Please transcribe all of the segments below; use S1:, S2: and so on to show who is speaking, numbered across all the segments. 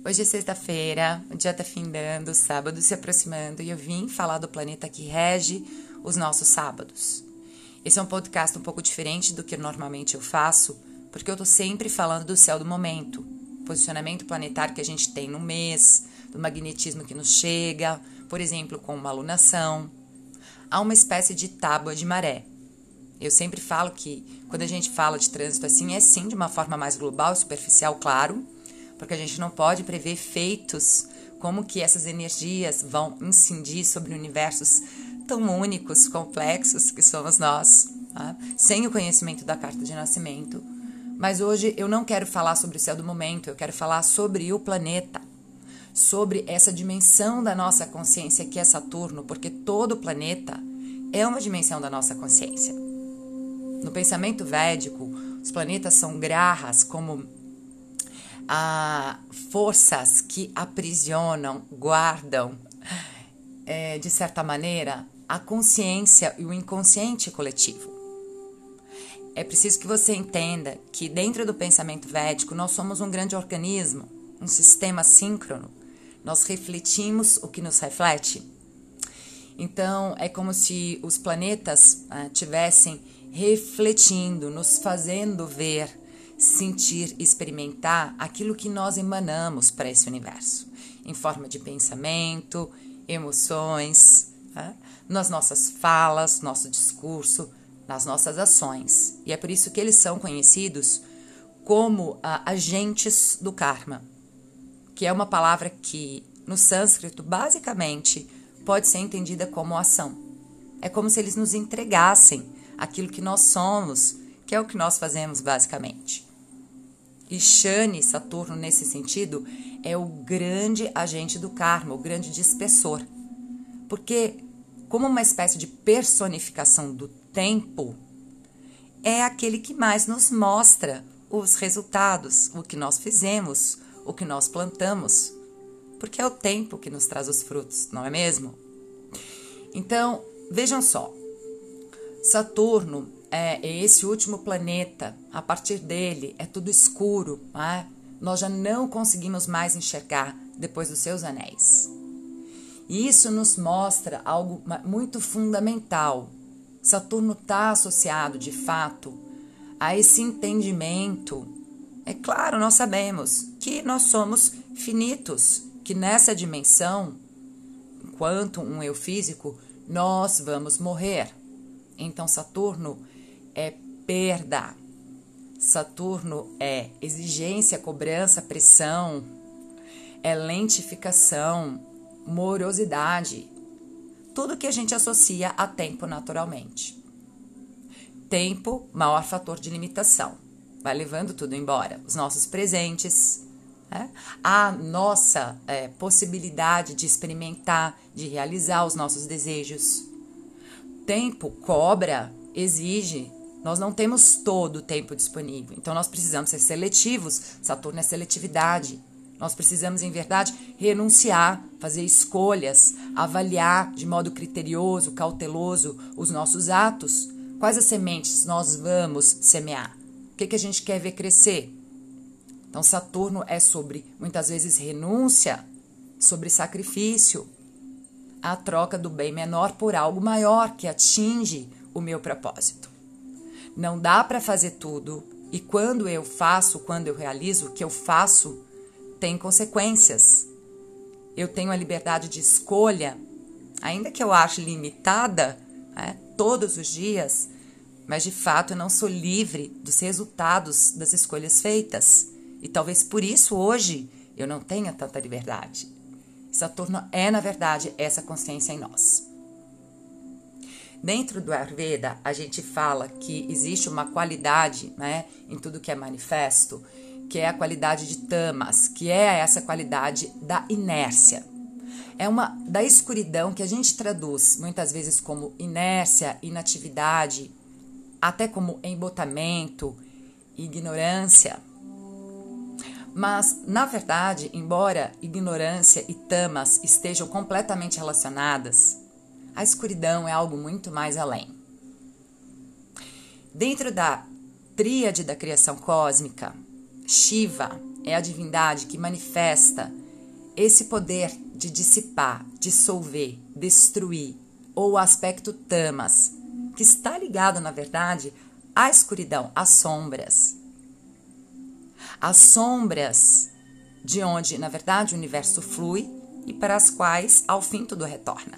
S1: Hoje é sexta-feira, o dia tá findando, o sábado se aproximando e eu vim falar do planeta que rege os nossos sábados. Esse é um podcast um pouco diferente do que normalmente eu faço, porque eu tô sempre falando do céu do momento, posicionamento planetário que a gente tem no mês, do magnetismo que nos chega, por exemplo, com uma alunação. Há uma espécie de tábua de maré. Eu sempre falo que quando a gente fala de trânsito assim, é sim de uma forma mais global e superficial, claro, porque a gente não pode prever efeitos, como que essas energias vão incidir sobre universos tão únicos, complexos que somos nós, tá? Sem o conhecimento da carta de nascimento. Mas hoje eu não quero falar sobre o céu do momento, eu quero falar sobre o planeta, sobre essa dimensão da nossa consciência que é Saturno, porque todo planeta é uma dimensão da nossa consciência. No pensamento védico, os planetas são grahas, como forças que aprisionam, guardam, de certa maneira, a consciência e o inconsciente coletivo. É preciso que você entenda que dentro do pensamento védico nós somos um grande organismo, um sistema síncrono. Nós refletimos o que nos reflete. Então, é como se os planetas tivessem refletindo, nos fazendo ver, sentir, experimentar aquilo que nós emanamos para esse universo, em forma de pensamento, emoções, nas nossas falas, nosso discurso, nas nossas ações. E é por isso que eles são conhecidos como agentes do karma, que é uma palavra que, no sânscrito, basicamente, pode ser entendida como ação. É como se eles nos entregassem aquilo que nós somos, que é o que nós fazemos basicamente. E Shani, Saturno, nesse sentido, é o grande agente do karma, o grande dispersor. Porque, como uma espécie de personificação do tempo, é aquele que mais nos mostra os resultados, o que nós fizemos, o que nós plantamos. Porque é o tempo que nos traz os frutos, não é mesmo? Então, vejam só. Saturno é esse último planeta, a partir dele é tudo escuro, nós já não conseguimos mais enxergar depois dos seus anéis. E isso nos mostra algo muito fundamental. Saturno está associado, de fato, a esse entendimento. É claro, nós sabemos que nós somos finitos, que nessa dimensão, enquanto um eu físico, nós vamos morrer. Então, Saturno é perda. Saturno é exigência, cobrança, pressão, é lentificação, morosidade. Tudo que a gente associa a tempo naturalmente. Tempo, maior fator de limitação. Vai levando tudo embora. Os nossos presentes, a nossa possibilidade de experimentar, de realizar os nossos desejos. Tempo cobra, exige. Nós não temos todo o tempo disponível. Então, nós precisamos ser seletivos. Saturno é seletividade. Nós precisamos, em verdade, renunciar, fazer escolhas, avaliar de modo criterioso, cauteloso os nossos atos. Quais as sementes nós vamos semear? O que a gente quer ver crescer? Então, Saturno é sobre, muitas vezes, renúncia, sobre sacrifício, a troca do bem menor por algo maior que atinge o meu propósito. Não dá para fazer tudo e quando eu faço, quando eu realizo, o que eu faço tem consequências. Eu tenho a liberdade de escolha, ainda que eu ache limitada, todos os dias, mas de fato eu não sou livre dos resultados das escolhas feitas. E talvez por isso hoje eu não tenha tanta liberdade. Saturno é, na verdade, essa consciência em nós. Dentro do Ayurveda, a gente fala que existe uma qualidade, em tudo que é manifesto, que é a qualidade de tamas, que é essa qualidade da inércia. É uma da escuridão que a gente traduz muitas vezes como inércia, inatividade, até como embotamento, ignorância. Mas, na verdade, embora ignorância e tamas estejam completamente relacionadas, a escuridão é algo muito mais além. Dentro da tríade da criação cósmica, Shiva é a divindade que manifesta esse poder de dissipar, dissolver, destruir, ou o aspecto tamas, que está ligado, na verdade, à escuridão, às sombras. As sombras de onde, na verdade, o universo flui e para as quais, ao fim, tudo retorna.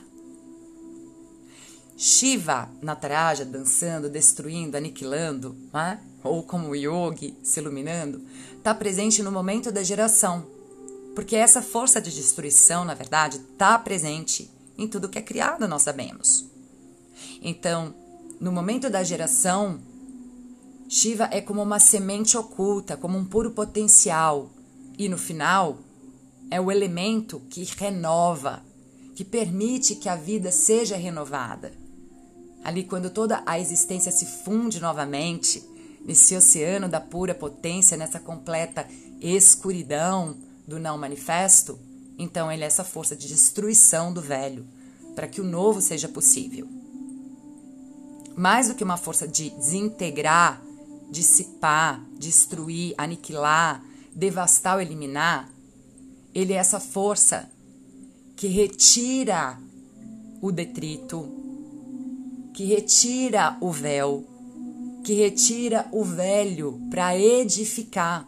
S1: Shiva, Nataraja, dançando, destruindo, aniquilando, né? Ou como o yogi, se iluminando, está presente no momento da geração, porque essa força de destruição, na verdade, está presente em tudo que é criado, nós sabemos. Então, no momento da geração, Shiva é como uma semente oculta, como um puro potencial, e no final é o elemento que renova, que permite que a vida seja renovada. Ali, quando toda a existência se funde novamente, nesse oceano da pura potência, nessa completa escuridão do não manifesto, então ele é essa força de destruição do velho, para que o novo seja possível. Mais do que uma força de desintegrar, dissipar, destruir, aniquilar, devastar ou eliminar, ele é essa força que retira o detrito, que retira o véu, que retira o velho para edificar.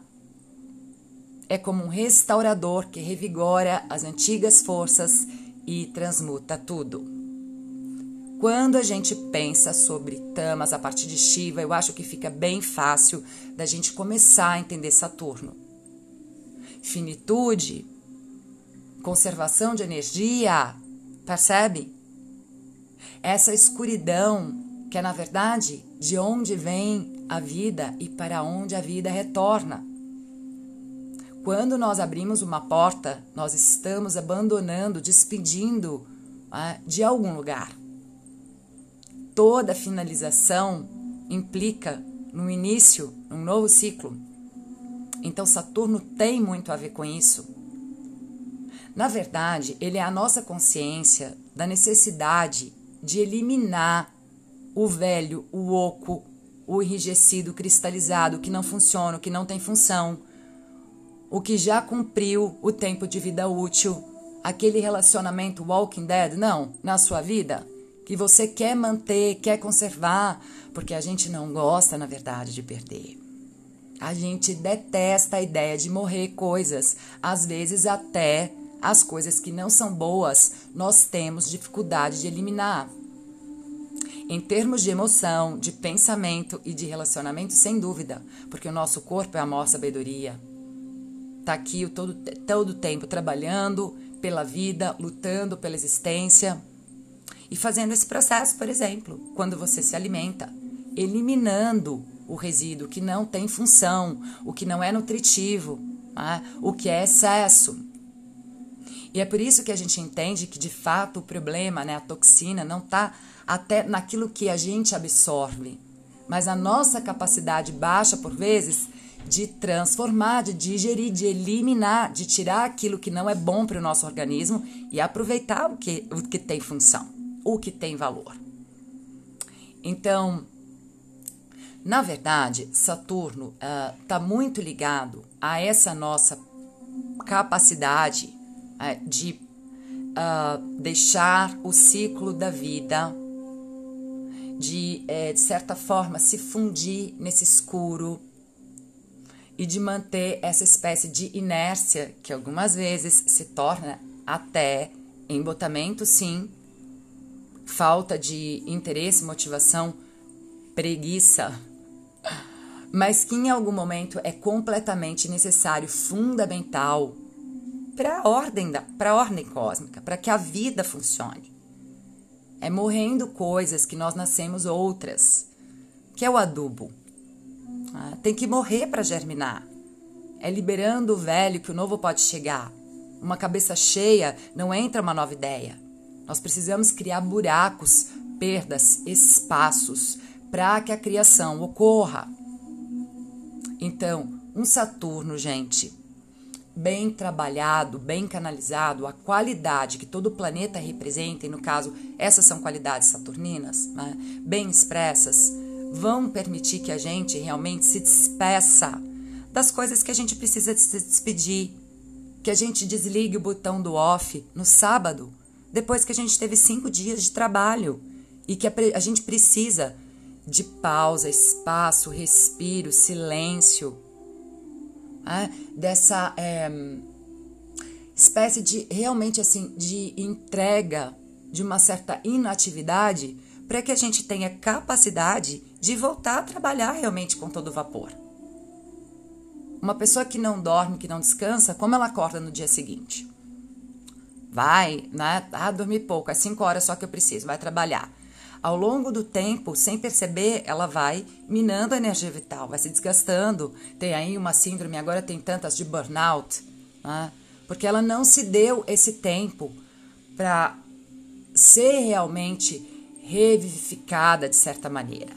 S1: É como um restaurador que revigora as antigas forças e transmuta tudo. Quando a gente pensa sobre tamas a partir de Shiva, eu acho que fica bem fácil da gente começar a entender Saturno. Finitude, conservação de energia, percebe? Essa escuridão que é, na verdade, de onde vem a vida e para onde a vida retorna. Quando nós abrimos uma porta, nós estamos abandonando, despedindo de algum lugar. Toda finalização implica, no início, um novo ciclo. Então, Saturno tem muito a ver com isso. Na verdade, ele é a nossa consciência da necessidade de eliminar o velho, o oco, o enrijecido, o cristalizado, o que não funciona, o que não tem função, o que já cumpriu o tempo de vida útil, aquele relacionamento Walking Dead, não, na sua vida, que você quer manter, quer conservar, porque a gente não gosta, na verdade, de perder. A gente detesta a ideia de morrer coisas, às vezes até as coisas que não são boas, nós temos dificuldade de eliminar. Em termos de emoção, de pensamento e de relacionamento, sem dúvida, porque o nosso corpo é a maior sabedoria. Está aqui todo o tempo trabalhando pela vida, lutando pela existência e fazendo esse processo, por exemplo, quando você se alimenta, eliminando o resíduo que não tem função, o que não é nutritivo, né? O que é excesso. E é por isso que a gente entende que, de fato, o problema, né, a toxina, não está até naquilo que a gente absorve, mas a nossa capacidade baixa, por vezes, de transformar, de digerir, de eliminar, de tirar aquilo que não é bom para o nosso organismo e aproveitar o que tem função, o que tem valor. Então, na verdade, Saturno está muito ligado a essa nossa capacidade de deixar o ciclo da vida, de certa forma, se fundir nesse escuro e de manter essa espécie de inércia que algumas vezes se torna até embotamento, sim, falta de interesse, motivação, preguiça, mas que em algum momento é completamente necessário, fundamental para a ordem cósmica, para que a vida funcione. É morrendo coisas que nós nascemos outras, que é o adubo. Tem que morrer para germinar. É liberando o velho que o novo pode chegar. Uma cabeça cheia não entra uma nova ideia. Nós precisamos criar buracos, perdas, espaços para que a criação ocorra. Então, um Saturno, gente, bem trabalhado, bem canalizado, a qualidade que todo planeta representa, e no caso, essas são qualidades saturninas, né, bem expressas, vão permitir que a gente realmente se despeça das coisas que a gente precisa se despedir, que a gente desligue o botão do off no sábado, depois que a gente teve 5 dias de trabalho, e que a gente precisa de pausa, espaço, respiro, silêncio, dessa espécie de, realmente assim, de entrega, de uma certa inatividade, para que a gente tenha capacidade de voltar a trabalhar realmente com todo vapor. Uma pessoa que não dorme, que não descansa, como ela acorda no dia seguinte? Vai, né? Dormir pouco, é 5 horas só que eu preciso, vai trabalhar. Ao longo do tempo, sem perceber, ela vai minando a energia vital, vai se desgastando. Tem aí uma síndrome, agora tem tantas de burnout, né? Porque ela não se deu esse tempo para ser realmente revivificada de certa maneira.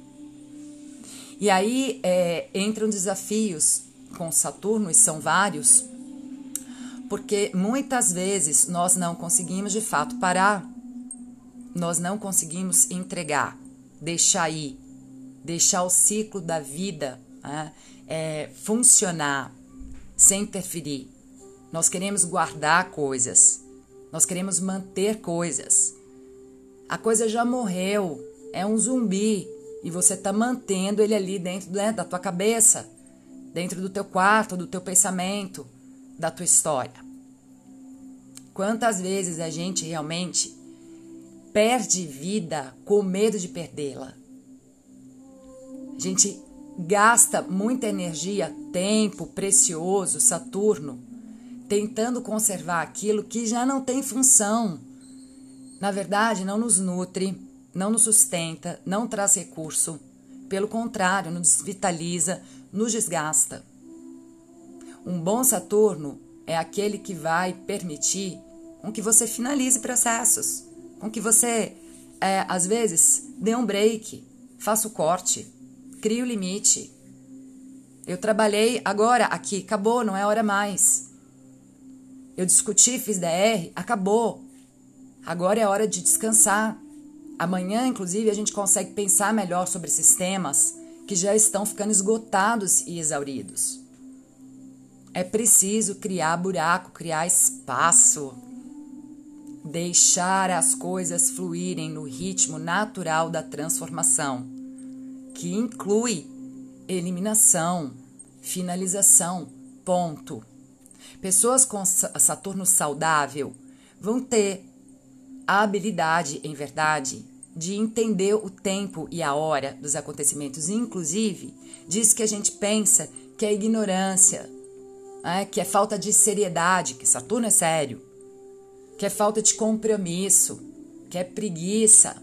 S1: E aí entram desafios com Saturno, e são vários, porque muitas vezes nós não conseguimos de fato parar, nós não conseguimos entregar, deixar ir, deixar o ciclo da vida funcionar sem interferir. Nós queremos guardar coisas, nós queremos manter coisas. A coisa já morreu, é um zumbi, e você está mantendo ele ali dentro da tua cabeça, dentro do teu quarto, do teu pensamento, da tua história. Quantas vezes a gente realmente perde vida com medo de perdê-la? A gente gasta muita energia, tempo precioso, Saturno, tentando conservar aquilo que já não tem função. Na verdade, não nos nutre, não nos sustenta, não traz recurso. Pelo contrário, nos vitaliza, nos desgasta. Um bom Saturno é aquele que vai permitir com que você finalize processos, com que você, às vezes, dê um break, faça o corte, crie o limite. Eu trabalhei agora aqui, acabou, não é hora mais. Eu discuti, fiz DR, acabou. Agora é hora de descansar. Amanhã, inclusive, a gente consegue pensar melhor sobre esses temas que já estão ficando esgotados e exauridos. É preciso criar buraco, criar espaço, deixar as coisas fluírem no ritmo natural da transformação, que inclui eliminação, finalização, ponto. Pessoas com Saturno saudável vão ter a habilidade, em verdade, de entender o tempo e a hora dos acontecimentos. Inclusive, diz que a gente pensa que é ignorância, que é falta de seriedade, que Saturno é sério, que é falta de compromisso, que é preguiça.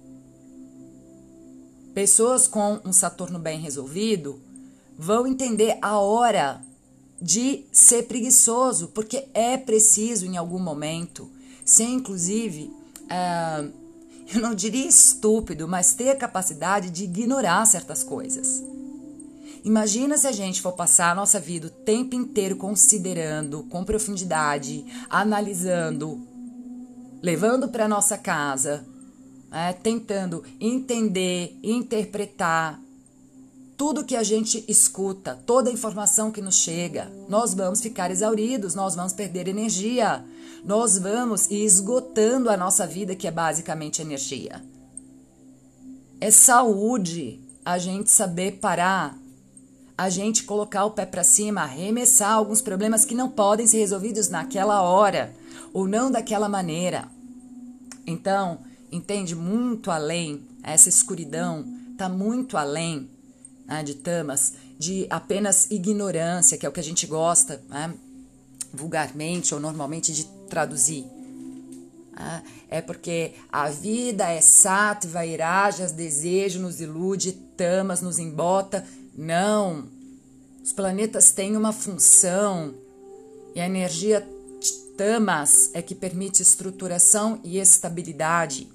S1: Pessoas com um Saturno bem resolvido vão entender a hora de ser preguiçoso, porque é preciso em algum momento ser, inclusive, eu não diria estúpido, mas ter a capacidade de ignorar certas coisas. Imagina se a gente for passar a nossa vida o tempo inteiro considerando, com profundidade, analisando, levando para nossa casa, tentando entender, interpretar tudo que a gente escuta, toda a informação que nos chega. Nós vamos ficar exauridos, nós vamos perder energia, nós vamos ir esgotando a nossa vida, que é basicamente energia. É saúde a gente saber parar, a gente colocar o pé para cima, arremessar alguns problemas que não podem ser resolvidos naquela hora ou não daquela maneira. Então, entende, muito além, essa escuridão está muito além de tamas, de apenas ignorância, que é o que a gente gosta, vulgarmente ou normalmente de traduzir. É porque a vida é sattva, irajas, desejo nos ilude, tamas nos embota. Não, os planetas têm uma função e a energia tamas é que permite estruturação e estabilidade.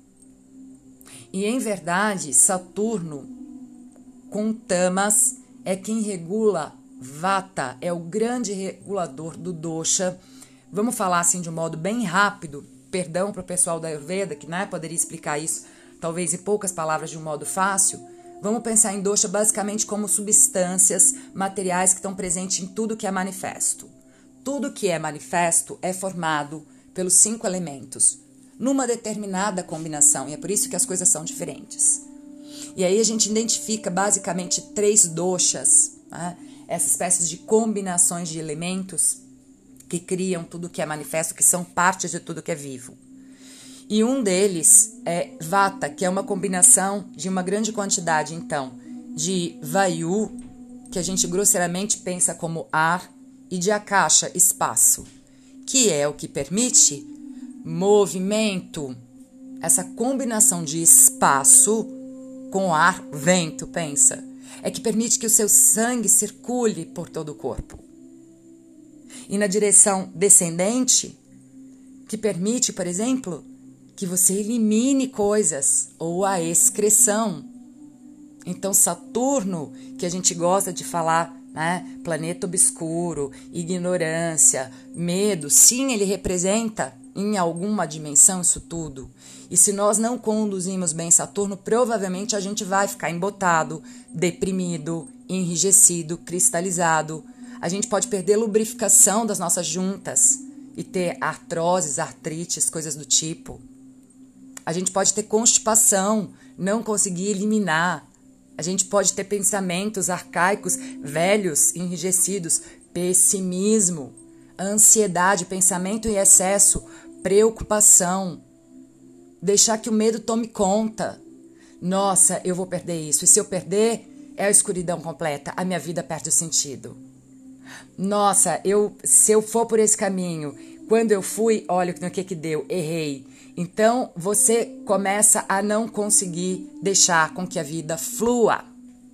S1: E em verdade, Saturno com tamas é quem regula Vata, é o grande regulador do dosha. Vamos falar assim de um modo bem rápido, perdão para o pessoal da Ayurveda, que poderia explicar isso talvez em poucas palavras de um modo fácil. Vamos pensar em dosha basicamente como substâncias materiais que estão presentes em tudo que é manifesto. Tudo que é manifesto é formado pelos 5 elementos, numa determinada combinação, e é por isso que as coisas são diferentes. E aí a gente identifica basicamente 3 doshas, né? Essas espécies de combinações de elementos que criam tudo que é manifesto, que são partes de tudo que é vivo. E um deles é Vata, que é uma combinação de uma grande quantidade, então, de Vayu, que a gente grosseiramente pensa como ar, e de Akasha, espaço, que é o que permite movimento. Essa combinação de espaço com ar, vento, pensa, é que permite que o seu sangue circule por todo o corpo. E na direção descendente, que permite, por exemplo, que você elimine coisas, ou a excreção. Então, Saturno, que a gente gosta de falar, né? Planeta obscuro, ignorância, medo, sim, ele representa em alguma dimensão isso tudo. E se nós não conduzimos bem Saturno, provavelmente a gente vai ficar embotado, deprimido, enrijecido, cristalizado. A gente pode perder lubrificação das nossas juntas e ter artroses, artrites, coisas do tipo. A gente pode ter constipação, não conseguir eliminar. A gente pode ter pensamentos arcaicos, velhos, enrijecidos, pessimismo, ansiedade, pensamento em excesso, preocupação. Deixar que o medo tome conta. Nossa, eu vou perder isso. E se eu perder, é a escuridão completa. A minha vida perde o sentido. Nossa, se eu for por esse caminho, quando eu fui, olha no que deu, errei. Então, você começa a não conseguir deixar com que a vida flua.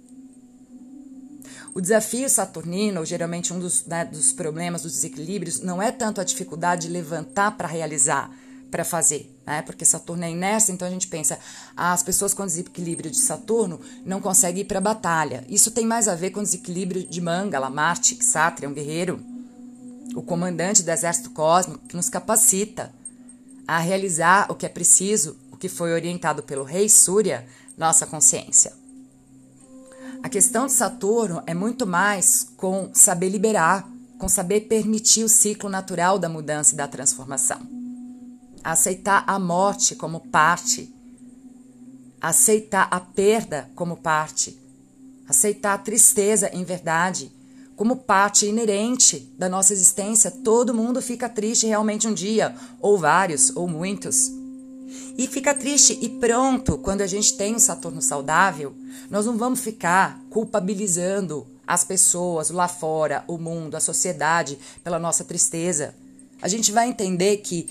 S1: O desafio saturnino, ou geralmente um dos problemas, dos desequilíbrios, não é tanto a dificuldade de levantar para realizar, para fazer, né? Porque Saturno é inércia, então a gente pensa, as pessoas com desequilíbrio de Saturno não conseguem ir para a batalha. Isso tem mais a ver com o desequilíbrio de Mangala, Marte, Kshatriya, um guerreiro, o comandante do exército cósmico, que nos capacita a realizar o que é preciso, o que foi orientado pelo rei Surya, nossa consciência. A questão de Saturno é muito mais com saber liberar, com saber permitir o ciclo natural da mudança e da transformação. Aceitar a morte como parte, aceitar a perda como parte, aceitar a tristeza em verdade como parte inerente da nossa existência. Todo mundo fica triste realmente um dia, ou vários, ou muitos. E fica triste e pronto. Quando a gente tem um Saturno saudável, nós não vamos ficar culpabilizando as pessoas lá fora, o mundo, a sociedade, pela nossa tristeza. A gente vai entender que,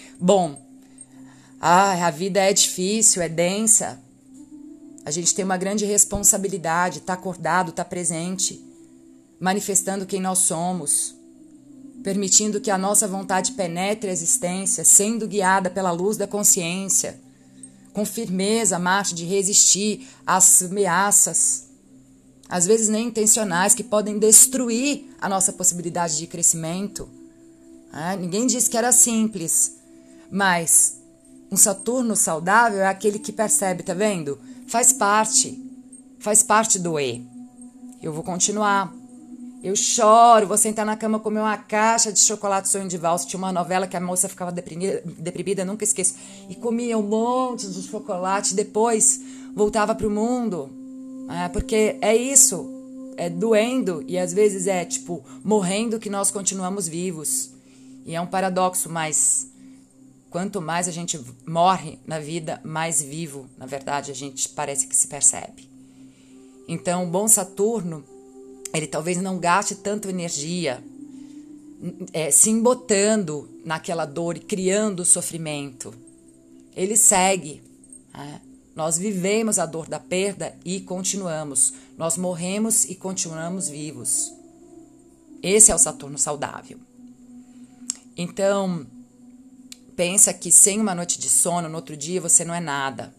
S1: a vida é difícil, é densa. A gente tem uma grande responsabilidade, tá acordado, tá presente, manifestando quem nós somos, permitindo que a nossa vontade penetre a existência, sendo guiada pela luz da consciência, com firmeza, marcha de resistir às ameaças, às vezes nem intencionais, que podem destruir a nossa possibilidade de crescimento. Ninguém disse que era simples, mas um Saturno saudável é aquele que percebe, tá vendo? Faz parte do E. Eu vou continuar. Eu choro, vou sentar na cama, comer uma caixa de chocolate sonho de valsa. Tinha uma novela que a moça ficava deprimida, nunca esqueço. E comia um monte de chocolate, depois voltava pro mundo. Porque é isso, é doendo e às vezes é morrendo que nós continuamos vivos. E é um paradoxo, mas quanto mais a gente morre na vida, mais vivo, na verdade, a gente parece que se percebe. Então, o bom Saturno, ele talvez não gaste tanta energia se embotando naquela dor e criando sofrimento. Ele segue. Nós vivemos a dor da perda e continuamos. Nós morremos e continuamos vivos. Esse é o Saturno saudável. Então, pensa que sem uma noite de sono, no outro dia você não é nada.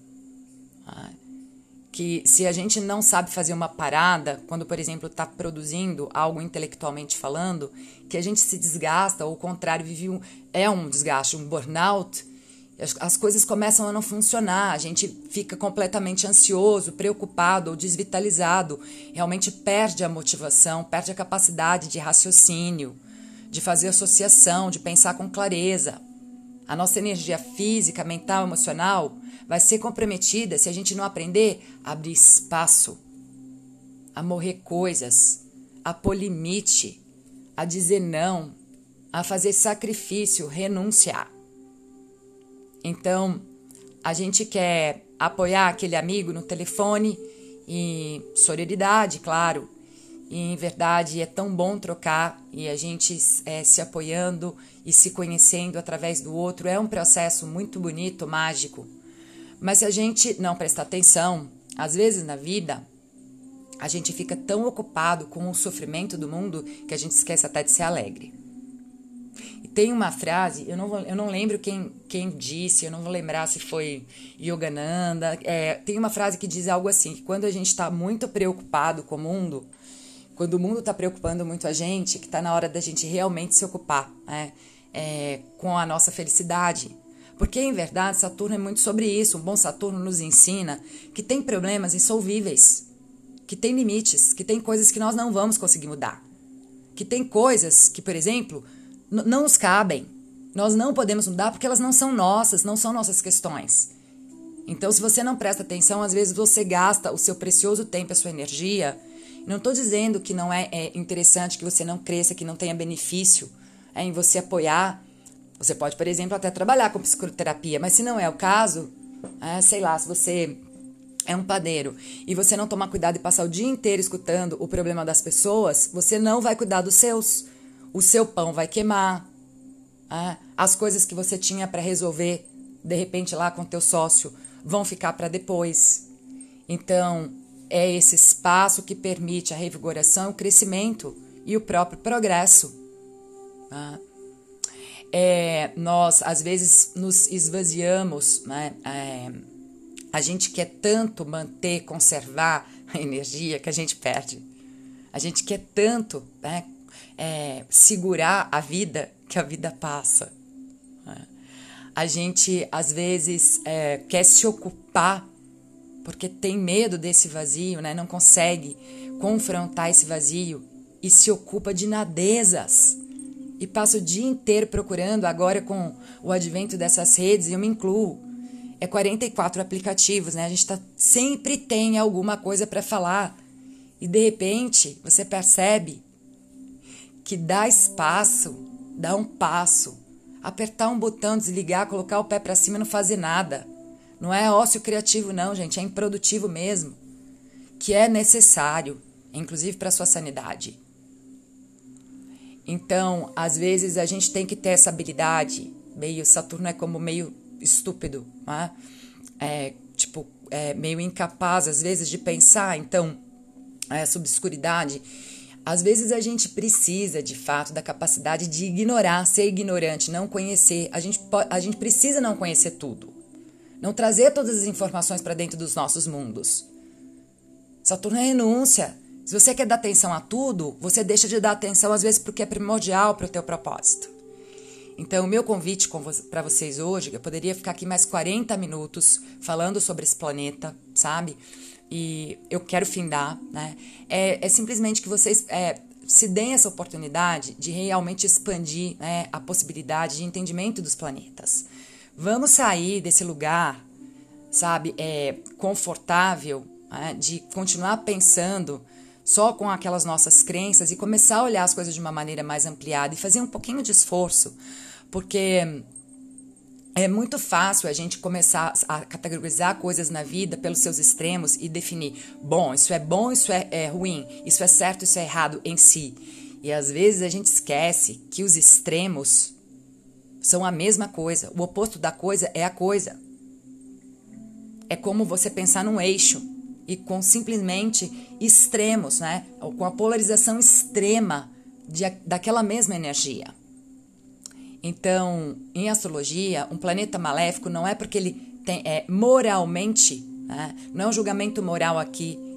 S1: Que se a gente não sabe fazer uma parada, quando, por exemplo, está produzindo algo intelectualmente falando, que a gente se desgasta, ou ao contrário, vive um desgaste, um burnout, As coisas começam a não funcionar, a gente fica completamente ansioso, preocupado ou desvitalizado, realmente perde a motivação, perde a capacidade de raciocínio, de fazer associação, de pensar com clareza. A nossa energia física, mental, emocional vai ser comprometida se a gente não aprender a abrir espaço, a morrer coisas, a pôr limite, a dizer não, a fazer sacrifício, renunciar. Então, a gente quer apoiar aquele amigo no telefone e sororidade, claro. E, em verdade, é tão bom trocar e a gente se apoiando e se conhecendo através do outro. É um processo muito bonito, mágico. Mas se a gente não prestar atenção, às vezes na vida, a gente fica tão ocupado com o sofrimento do mundo que a gente esquece até de ser alegre. Tem uma frase, eu não lembro quem disse, eu não vou lembrar se foi Yogananda, tem uma frase que diz algo assim, que quando a gente está muito preocupado com o mundo, quando o mundo está preocupando muito a gente, que está na hora da gente realmente se ocupar, né, com a nossa felicidade. Porque, em verdade, Saturno é muito sobre isso. Um bom Saturno nos ensina que tem problemas insolvíveis, que tem limites, que tem coisas que nós não vamos conseguir mudar, que tem coisas que, por exemplo, não nos cabem, nós não podemos mudar porque elas não são nossas questões. Então, se você não presta atenção, às vezes você gasta o seu precioso tempo, a sua energia. Não estou dizendo que não é interessante, que você não cresça, que não tenha benefício em você apoiar. Você pode, por exemplo, até trabalhar com psicoterapia, mas se não é o caso, sei lá, se você é um padeiro e você não tomar cuidado e passar o dia inteiro escutando o problema das pessoas, você não vai cuidar dos seus. O seu pão vai queimar, as coisas que você tinha para resolver, de repente lá com o teu sócio, vão ficar para depois. Então, é esse espaço que permite a revigoração, o crescimento e o próprio progresso. Nós, às vezes, nos esvaziamos, né? A gente quer tanto manter, conservar a energia que a gente perde. A gente quer tanto, né, segurar a vida que a vida passa. A gente, às vezes, quer se ocupar porque tem medo desse vazio, né? Não consegue confrontar esse vazio e se ocupa de nadezas. E passa o dia inteiro procurando, agora com o advento dessas redes, eu me incluo. 44 aplicativos, né? A gente sempre tem alguma coisa para falar. E, de repente, você percebe que dar espaço, dar um passo, apertar um botão, desligar, colocar o pé para cima e não fazer nada. Não é ócio criativo não, gente, é improdutivo mesmo, que é necessário, inclusive para a sua sanidade. Então, às vezes a gente tem que ter essa habilidade, Saturno é como meio estúpido, né? Meio incapaz às vezes de pensar, então, essa obscuridade. Às vezes a gente precisa, de fato, da capacidade de ignorar, ser ignorante, não conhecer. A gente precisa não conhecer tudo. Não trazer todas as informações para dentro dos nossos mundos. Saturno é renúncia. Se você quer dar atenção a tudo, você deixa de dar atenção, às vezes, porque é primordial para o teu propósito. Então, o meu convite para vocês hoje, eu poderia ficar aqui mais 40 minutos falando sobre esse planeta, sabe? E eu quero findar, né? É simplesmente que vocês se deem essa oportunidade de realmente expandir, né, a possibilidade de entendimento dos planetas. Vamos sair desse lugar, sabe, confortável, né, de continuar pensando só com aquelas nossas crenças e começar a olhar as coisas de uma maneira mais ampliada e fazer um pouquinho de esforço, porque é muito fácil a gente começar a categorizar coisas na vida pelos seus extremos e definir, bom, isso é ruim, isso é certo, isso é errado em si. E às vezes a gente esquece que os extremos são a mesma coisa. O oposto da coisa é a coisa. É como você pensar num eixo e com simplesmente extremos, né? Ou com a polarização extrema daquela mesma energia. Então, em astrologia, um planeta maléfico não é porque ele tem moralmente, né? Não é um julgamento moral aqui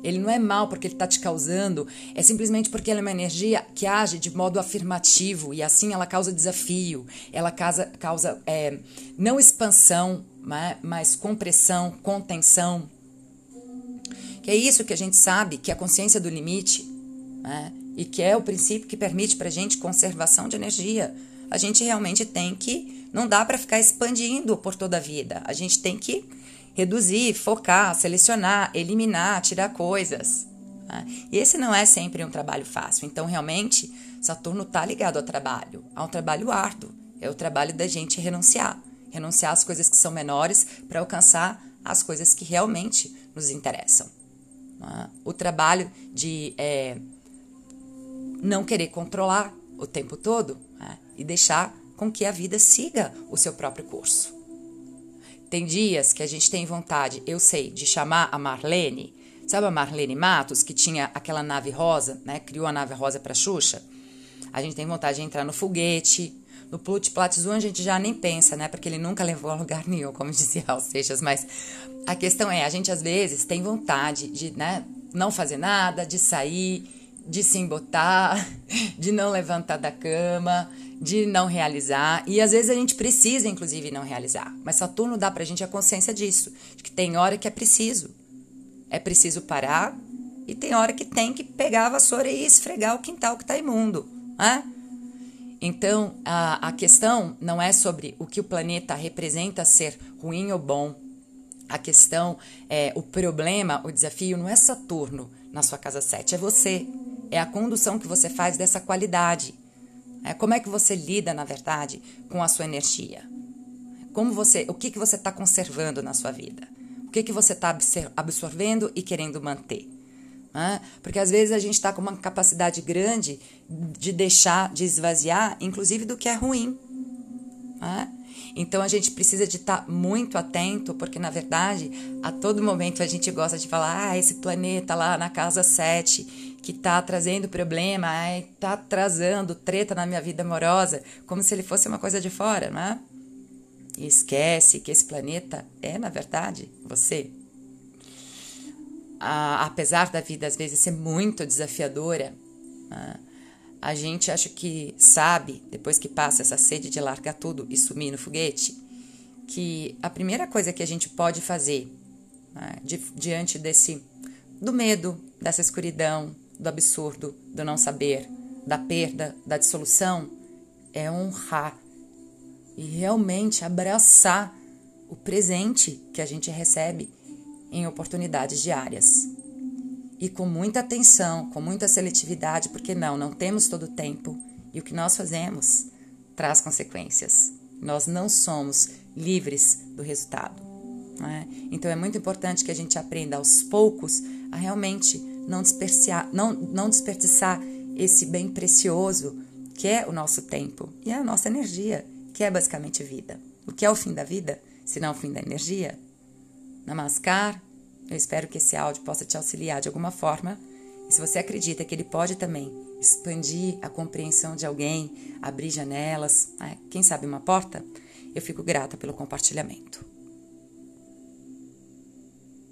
S1: Ele não é mal porque ele está te causando, é simplesmente porque ela é uma energia que age de modo afirmativo e assim ela causa desafio, ela causa não expansão, mas compressão, contenção. Que é isso que a gente sabe, que é a consciência do limite, né? E que é o princípio que permite para a gente conservação de energia. A gente realmente tem que, não dá para ficar expandindo por toda a vida, a gente tem que reduzir, focar, selecionar, eliminar, tirar coisas. Né? E esse não é sempre um trabalho fácil. Então, realmente, Saturno está ligado ao trabalho. A um trabalho árduo. É o trabalho da gente renunciar. Renunciar às coisas que são menores para alcançar as coisas que realmente nos interessam. Né? O trabalho de não querer controlar o tempo todo, né? E deixar com que a vida siga o seu próprio curso. Tem dias que a gente tem vontade, eu sei, de chamar a Marlene, sabe a Marlene Matos, que tinha aquela nave rosa, né? Criou a nave rosa para Xuxa. A gente tem vontade de entrar no foguete, no Pluto Platizum a gente já nem pensa, né? Porque ele nunca levou a lugar nenhum, como dizia Raul Seixas. Mas a questão é, a gente às vezes tem vontade de, né, não fazer nada, de sair, de se embotar, de não levantar da cama, de não realizar, e às vezes a gente precisa, inclusive, não realizar. Mas Saturno dá pra gente a consciência disso, de que tem hora que é preciso parar, e tem hora que tem que pegar a vassoura e esfregar o quintal que tá imundo, né? Então, a questão não é sobre o que o planeta representa ser ruim ou bom. A questão, o problema, o desafio não é Saturno na sua casa 7, é você. É a condução que você faz dessa qualidade. Como é que você lida, na verdade, com a sua energia? O que você está conservando na sua vida? O que você está absorvendo e querendo manter? Porque às vezes a gente está com uma capacidade grande de deixar, de esvaziar, inclusive do que é ruim. Então a gente precisa de estar muito atento, porque na verdade, a todo momento a gente gosta de falar, esse planeta lá na casa 7... que está trazendo problema, está trazendo treta na minha vida amorosa, como se ele fosse uma coisa de fora, né? E esquece que esse planeta é, na verdade, você. Apesar da vida, às vezes, ser muito desafiadora, né? A gente acha que sabe, depois que passa essa sede de largar tudo e sumir no foguete, que a primeira coisa que a gente pode fazer, né, diante do medo, dessa escuridão, do absurdo, do não saber, da perda, da dissolução, é honrar e realmente abraçar o presente que a gente recebe em oportunidades diárias. E com muita atenção, com muita seletividade, porque não temos todo o tempo, e o que nós fazemos traz consequências. Nós não somos livres do resultado. Né? Então é muito importante que a gente aprenda aos poucos a realmente não desperdiçar esse bem precioso que é o nosso tempo e a nossa energia, que é basicamente vida. O que é o fim da vida, se não o fim da energia? Namaskar, eu espero que esse áudio possa te auxiliar de alguma forma. E se você acredita que ele pode também expandir a compreensão de alguém, abrir janelas, quem sabe uma porta, eu fico grata pelo compartilhamento.